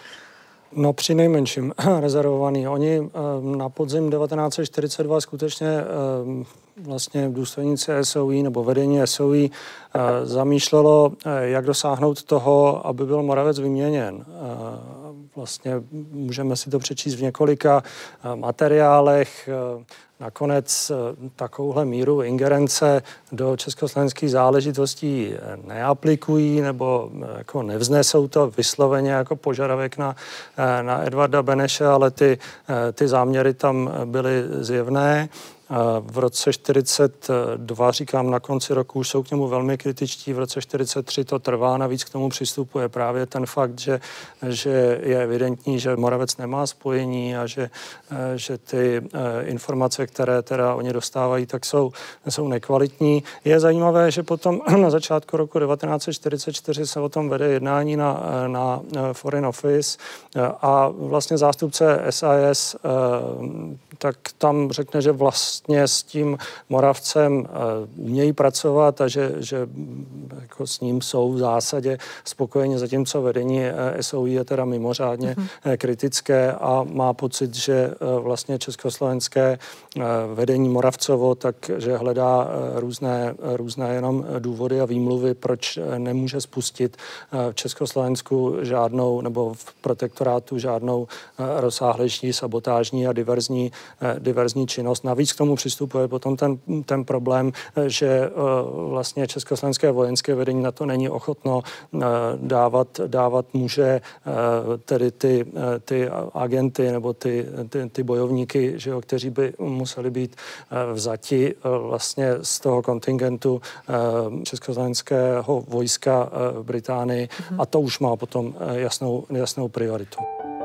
No při nejmenším rezervovaný. Oni na podzim devatenáct set čtyřicet dva skutečně vlastně důstojníci S O I nebo vedení S O I zamýšlelo, jak dosáhnout toho, aby byl Moravec vyměněn. Vlastně můžeme si to přečíst v několika materiálech. Nakonec takovouhle míru ingerence do československých záležitostí neaplikují nebo jako nevznesou to vysloveně jako požadavek na, na Edvarda Beneše, ale ty, ty záměry tam byly zjevné. V roce čtyřicet dva, říkám, na konci roku už jsou k němu velmi kritičtí, v roce čtyřicet tři to trvá, navíc k tomu přistupuje právě ten fakt, že, že je evidentní, že Moravec nemá spojení a že, že ty informace, které teda oni dostávají, tak jsou, jsou nekvalitní. Je zajímavé, že potom na začátku roku devatenáct set čtyřicet čtyři se o tom vede jednání na, na Foreign Office a vlastně zástupce S I S tak tam řekne, že vlastně s tím Moravcem uh, umějí pracovat a že, že jako s ním jsou v zásadě spokojeni, zatímco vedení uh, S O I je teda mimořádně mm-hmm. uh, kritické a má pocit, že uh, vlastně československé uh, vedení Moravcovo, takže hledá uh, různé, uh, různé jenom důvody a výmluvy, proč uh, nemůže spustit uh, v Československu žádnou nebo v protektorátu žádnou uh, rozsáhlejší sabotážní a diverzní diverzní činnost. Navíc k tomu přistupuje potom ten, ten problém, že uh, vlastně československé vojenské vedení na to není ochotno uh, dávat, dávat muže, uh, tedy ty, uh, ty agenty nebo ty, ty, ty bojovníky, že jo, kteří by museli být uh, vzati uh, vlastně z toho kontingentu uh, československého vojska uh, v Británii mm-hmm. a to už má potom uh, jasnou, jasnou prioritu.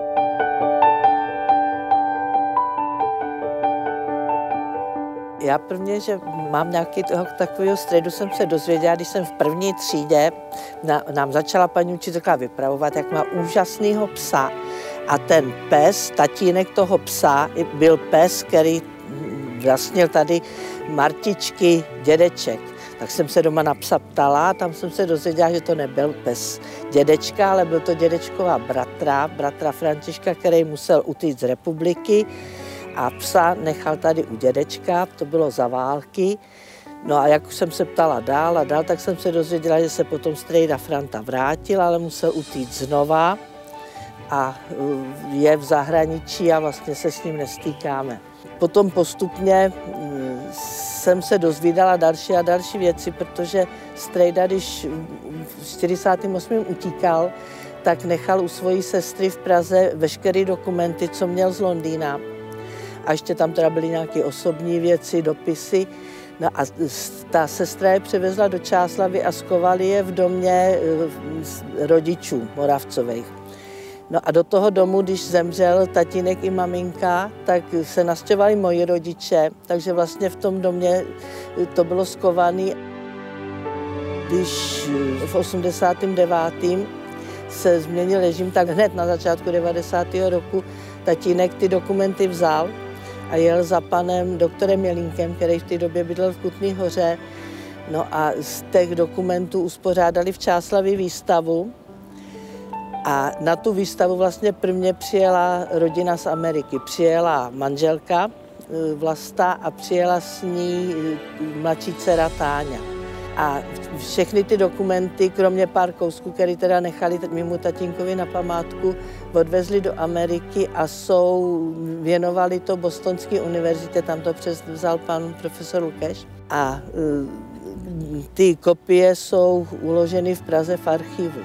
Já prvně, že mám nějaký toho takového středu, jsem se dozvěděla, když jsem v první třídě, na, nám začala paní učitelka vypravovat, jak má úžasného psa A ten pes, tatínek toho psa, byl pes, který vlastnil tady Martičky dědeček. Tak jsem se doma na psa ptala a tam jsem se dozvěděla, že to nebyl pes dědečka, ale byl to dědečkova bratra, bratra Františka, který musel utíct z republiky a psa nechal tady u dědečka, to bylo za války. No a jak jsem se ptala dál a dál, tak jsem se dozvěděla, že se potom strejda Franta vrátil, ale musel utíct znova a je v zahraničí a vlastně se s ním nestýkáme. Potom postupně jsem se dozvídala další a další věci, protože strejda, když v čtyřicátém osmém utíkal, tak nechal u svojí sestry v Praze veškeré dokumenty, co měl z Londýna. A ještě tam teda byly nějaké osobní věci, dopisy. No a ta sestra je přivezla do Čáslavy a skovali je v domě rodičů Moravcových. No a do toho domu, když zemřel tatínek i maminka, tak se nastěhovali moji rodiče, takže vlastně v tom domě to bylo skované. Když v osmdesátém devátém se změnil režim, tak hned na začátku devadesátého roku tatínek ty dokumenty vzal a jel za panem doktorem Jelínkem, který v té době bydlel v Kutné Hoře. No a z těch dokumentů uspořádali v Čáslavě výstavu. A na tu výstavu vlastně prvně přijela rodina z Ameriky. Přijela manželka Vlasta a přijela s ní mladší dcera Táňa. A všechny ty dokumenty, kromě pár kousků, které teda nechali mému tatínkovi na památku, odvezli do Ameriky a jsou, věnovali to Bostonské univerzitě, tam to převzal pan profesor Lukeš. A ty kopie jsou uloženy v Praze v archivu.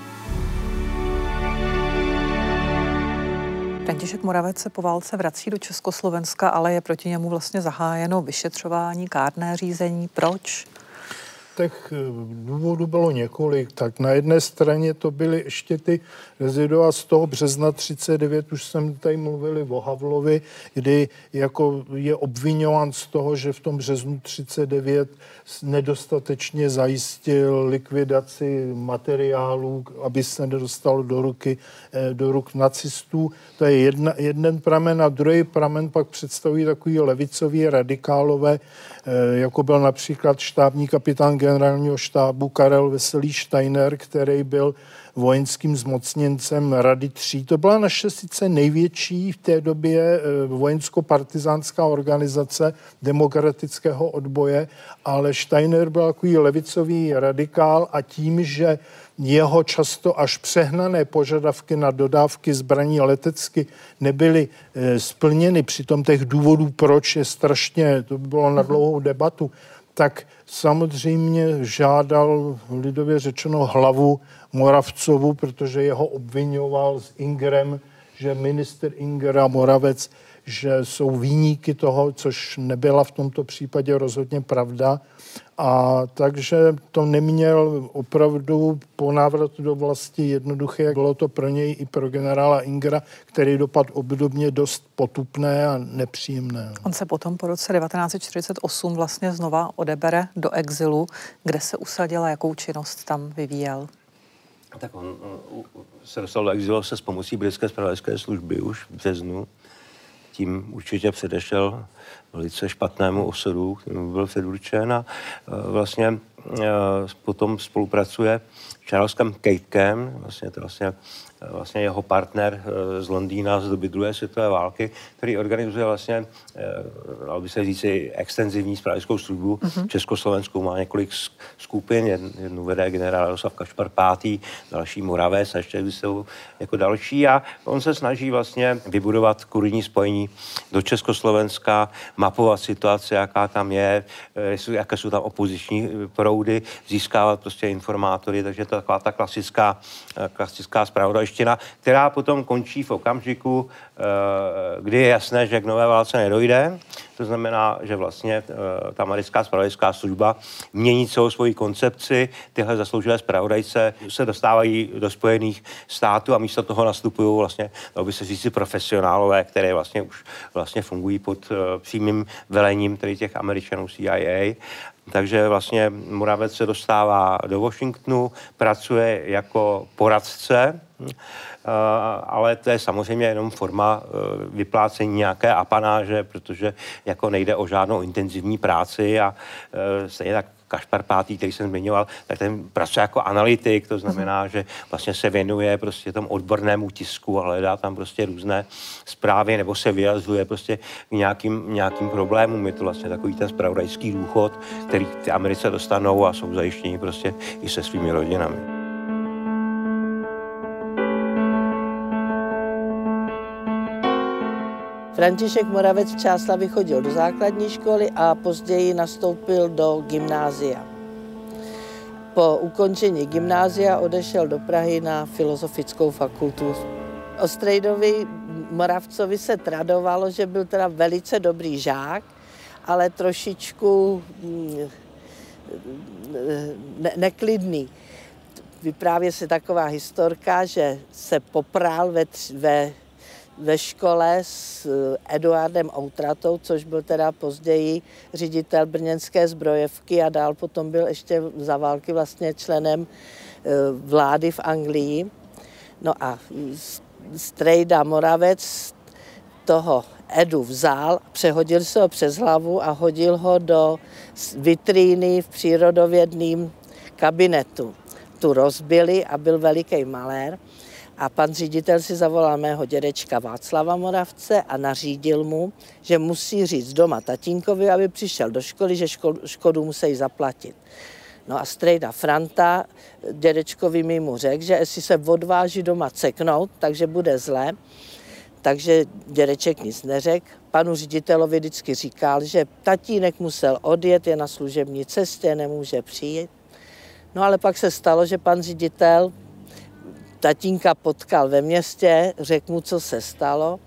František Moravec se po válce vrací do Československa, ale je proti němu vlastně zahájeno vyšetřování, kárné řízení. Proč?
Těch důvodů bylo několik. Tak na jedné straně to byly ještě ty rezidua z toho března třicet devět, už jsem tady mluvili o Havlovi, kdy jako je obviňován z toho, že v tom březnu třicet devět nedostatečně zajistil likvidaci materiálů, aby se nedostalo do ruky, do ruk nacistů. To je jedna, jeden pramen a druhý pramen pak představují takový levicový radikálové, jako byl například štábní kapitán generálního štábu Karel Veselý Steiner, který byl vojenským zmocněncem Rady tří. To byla naše sice největší v té době vojensko-partizánská organizace demokratického odboje, ale Steiner byl takový levicový radikál a tím, že jeho často až přehnané požadavky na dodávky zbraní letecky nebyly e, splněny, přitom těch důvodů, proč je strašně, to by bylo na dlouhou debatu, tak samozřejmě žádal lidově řečeno hlavu Moravcovu, protože jeho obvinoval s Ingrem, že ministr Inger a Moravec, že jsou viníky toho, což nebyla v tomto případě rozhodně pravda. A takže to neměl opravdu po návratu do vlasti jednoduché. Bylo to pro něj i pro generála Ingera, který dopad obdobně dost potupné a nepříjemné.
On se potom po roce devatenáct set čtyřicet osm vlastně znova odebere do exilu, kde se usadil a jakou činnost tam vyvíjel.
Tak on, on se dostal do exilu se s pomocí britské zpravodajské služby už v březnu. Tím určitě předešel velice špatnému osudu, kterému byl předurčen a vlastně potom spolupracuje s Charlesem Cakekem, vlastně to vlastně, vlastně jeho partner z Londýna z doby druhé světové války, který organizuje vlastně, dalo by se říci, extenzivní zpravodajskou službu uh-huh. Československou. Má několik skupin, jednu vede generál Jaroslav Kašpar pátý, další Moravec a ještě existují jako další a on se snaží vlastně vybudovat kurní spojení do Československa, mapovat situaci, jaká tam je, jaké jsou tam opoziční proudy, získávat prostě informátory, takže to je taková ta klasická, klasická zpravodajština, která potom končí v okamžiku, kdy je jasné, že k nové válce nedojde. To znamená, že vlastně ta americká zpravodajská služba mění celou svoji koncepci. Tyhle zasloužilé zpravodajce se dostávají do Spojených států a místo toho nastupují vlastně, dalo by se říct, profesionálové, které vlastně už vlastně fungují pod přímým velením tedy těch Američanů C I A. Takže vlastně Moravec se dostává do Washingtonu, pracuje jako poradce Ale to je samozřejmě jenom forma vyplácení nějaké apanáže, protože jako nejde o žádnou intenzivní práci a stejně tak Kašpar Pátý, který jsem zmiňoval, tak ten pracuje jako analytik, to znamená, že vlastně se věnuje prostě tomu odbornému tisku a hledá tam prostě různé zprávy nebo se vyjadřuje prostě k nějakým, nějakým problémům. Je to vlastně takový ten zpravodajský důchod, který ty Americe dostanou a jsou zajištěni prostě i se svými rodinami.
František Moravec v Čáslavi chodil do základní školy a později nastoupil do gymnázia. Po ukončení gymnázia odešel do Prahy na Filozofickou fakultu. O Strejdovi Moravcovi se tradovalo, že byl teda velice dobrý žák, ale trošičku ne- neklidný. Vypráví se taková historka, že se popral ve, ve ve škole s Eduardem Outratou, což byl teda později ředitel brněnské zbrojevky a dál potom byl ještě za války vlastně členem vlády v Anglii. No a Strejda Moravec toho Edu vzal, přehodil se ho přes hlavu a hodil ho do vitríny v přírodovědném kabinetu. Tu rozbili a byl veliký malér. A pan ředitel si zavolal mého dědečka Václava Moravce a nařídil mu, že musí říct doma tatínkovi, aby přišel do školy, že škodu musí zaplatit. No a Strejda Franta dědečkovi mi mu řekl, že jestli se odváží doma ceknout, takže bude zle. Takže dědeček nic neřekl. Panu ředitelovi vždycky říkal, že tatínek musel odjet, je na služební cestě, nemůže přijít. No ale pak se stalo, že pan ředitel tatínka potkal ve městě, řekl mu, co se stalo.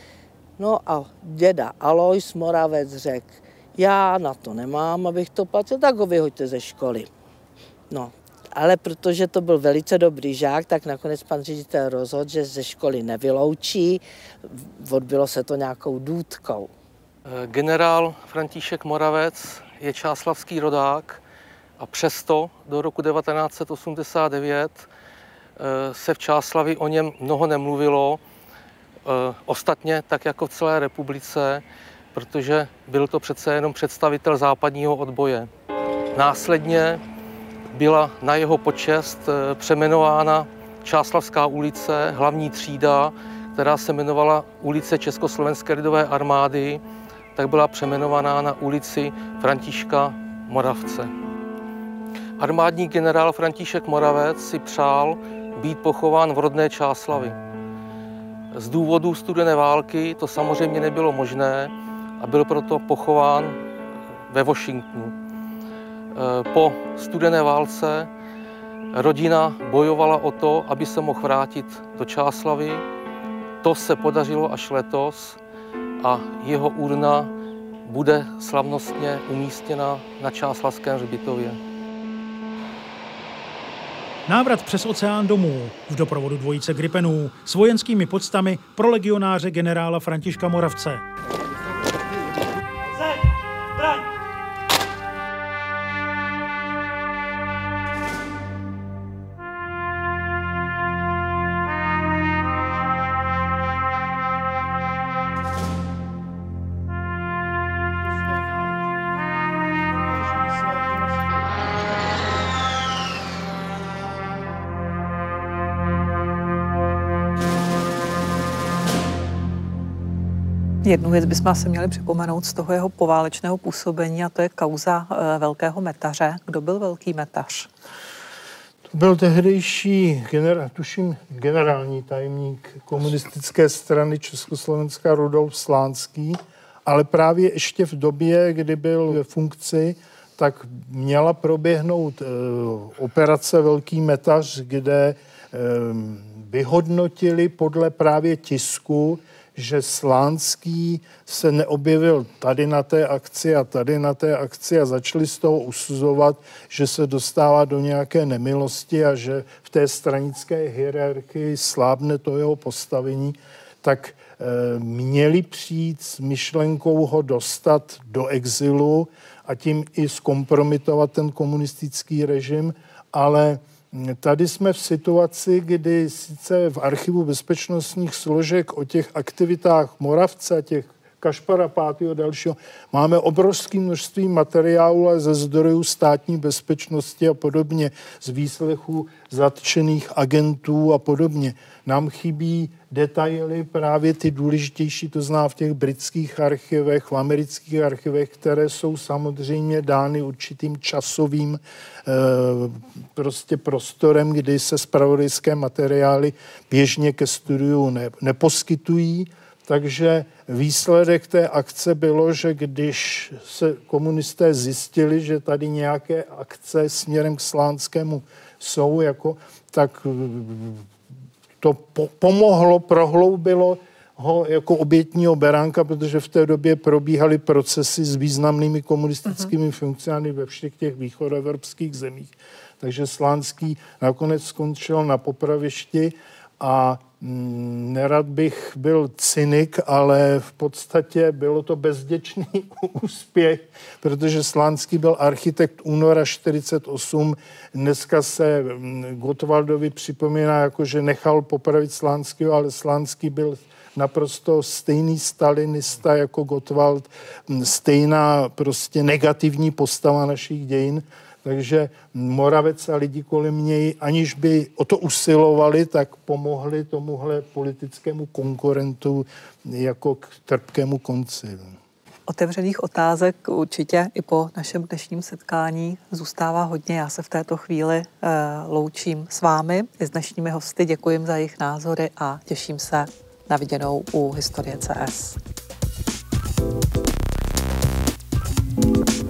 No a děda Alois Moravec řekl, já na to nemám, abych to platil, tak ho vyhoďte ze školy. No, ale protože to byl velice dobrý žák, tak nakonec pan ředitel rozhodl, že ze školy nevyloučí, odbylo se to nějakou důtkou.
Generál František Moravec je čáslavský rodák a přesto do roku devatenáct set osmdesát devět se v Čáslavi o něm mnoho nemluvilo, ostatně tak jako v celé republice, protože byl to přece jenom představitel západního odboje. Následně byla na jeho počest přejmenována Čáslavská ulice, hlavní třída, která se jmenovala ulice Československé lidové armády, tak byla přejmenovaná na ulici Františka Moravce. Armádní generál František Moravec si přál být pochován v rodné Čáslavi. Z důvodu studené války to samozřejmě nebylo možné a byl proto pochován ve Washingtonu. Po studené válce rodina bojovala o to, aby se mohl vrátit do Čáslavy. To se podařilo až letos a jeho urna bude slavnostně umístěna na Čáslavském hřbitově.
Návrat přes oceán domů v doprovodu dvojice Gripenů s vojenskými poctami pro legionáře generála Františka Moravce.
Jednu věc bychom se měli připomenout z toho jeho poválečného působení a to je kauza Velkého metaře. Kdo byl Velký metař?
To byl tehdejší, genera, tuším, generální tajemník komunistické strany Československá Rudolf Slánský, ale právě ještě v době, kdy byl ve funkci, tak měla proběhnout e, operace Velký metař, kde e, vyhodnotili podle právě tisku, že Slánský se neobjevil tady na té akci a tady na té akci a začali z toho usuzovat, že se dostává do nějaké nemilosti a že v té stranické hierarchii slábne to jeho postavení, tak e, měli přijít s myšlenkou ho dostat do exilu a tím i zkompromitovat ten komunistický režim, ale tady jsme v situaci, kdy sice v archivu bezpečnostních složek o těch aktivitách Moravce, těch Kašpara pátého a dalšího, máme obrovské množství materiálu a ze zdrojů státní bezpečnosti a podobně, z výslechů zatčených agentů a podobně. Nám chybí detaily, právě ty důležitější, to zná v těch britských archivech, v amerických archivech, které jsou samozřejmě dány určitým časovým e, prostě prostorem, kdy se zpravodajské materiály běžně ke studiu ne, neposkytují. Takže výsledek té akce bylo, že když se komunisté zjistili, že tady nějaké akce směrem k Slánskému jsou, jako, tak to po- pomohlo, prohloubilo ho jako obětního beránka, protože v té době probíhaly procesy s významnými komunistickými uh-huh. funkcionáry ve všech těch východoevropských zemích. Takže Slánský nakonec skončil na popravišti a mm, nerad bych byl cynik, ale v podstatě bylo to bezděčný úspěch, protože Slánský byl architekt února čtyřicet osm. Dneska se Gottwaldovi připomíná, jako že nechal popravit Slánského, ale Slánský byl naprosto stejný stalinista jako Gottwald, stejná prostě negativní postava našich dějin. Takže Moravec a lidi kolem něj, aniž by o to usilovali, tak pomohli tomuhle politickému konkurentu jako k trpkému konci.
Otevřených otázek určitě i po našem dnešním setkání zůstává hodně. Já se v této chvíli uh, loučím s vámi i s dnešními hosty. Děkuji za jejich názory a těším se na viděnou u Historie C S.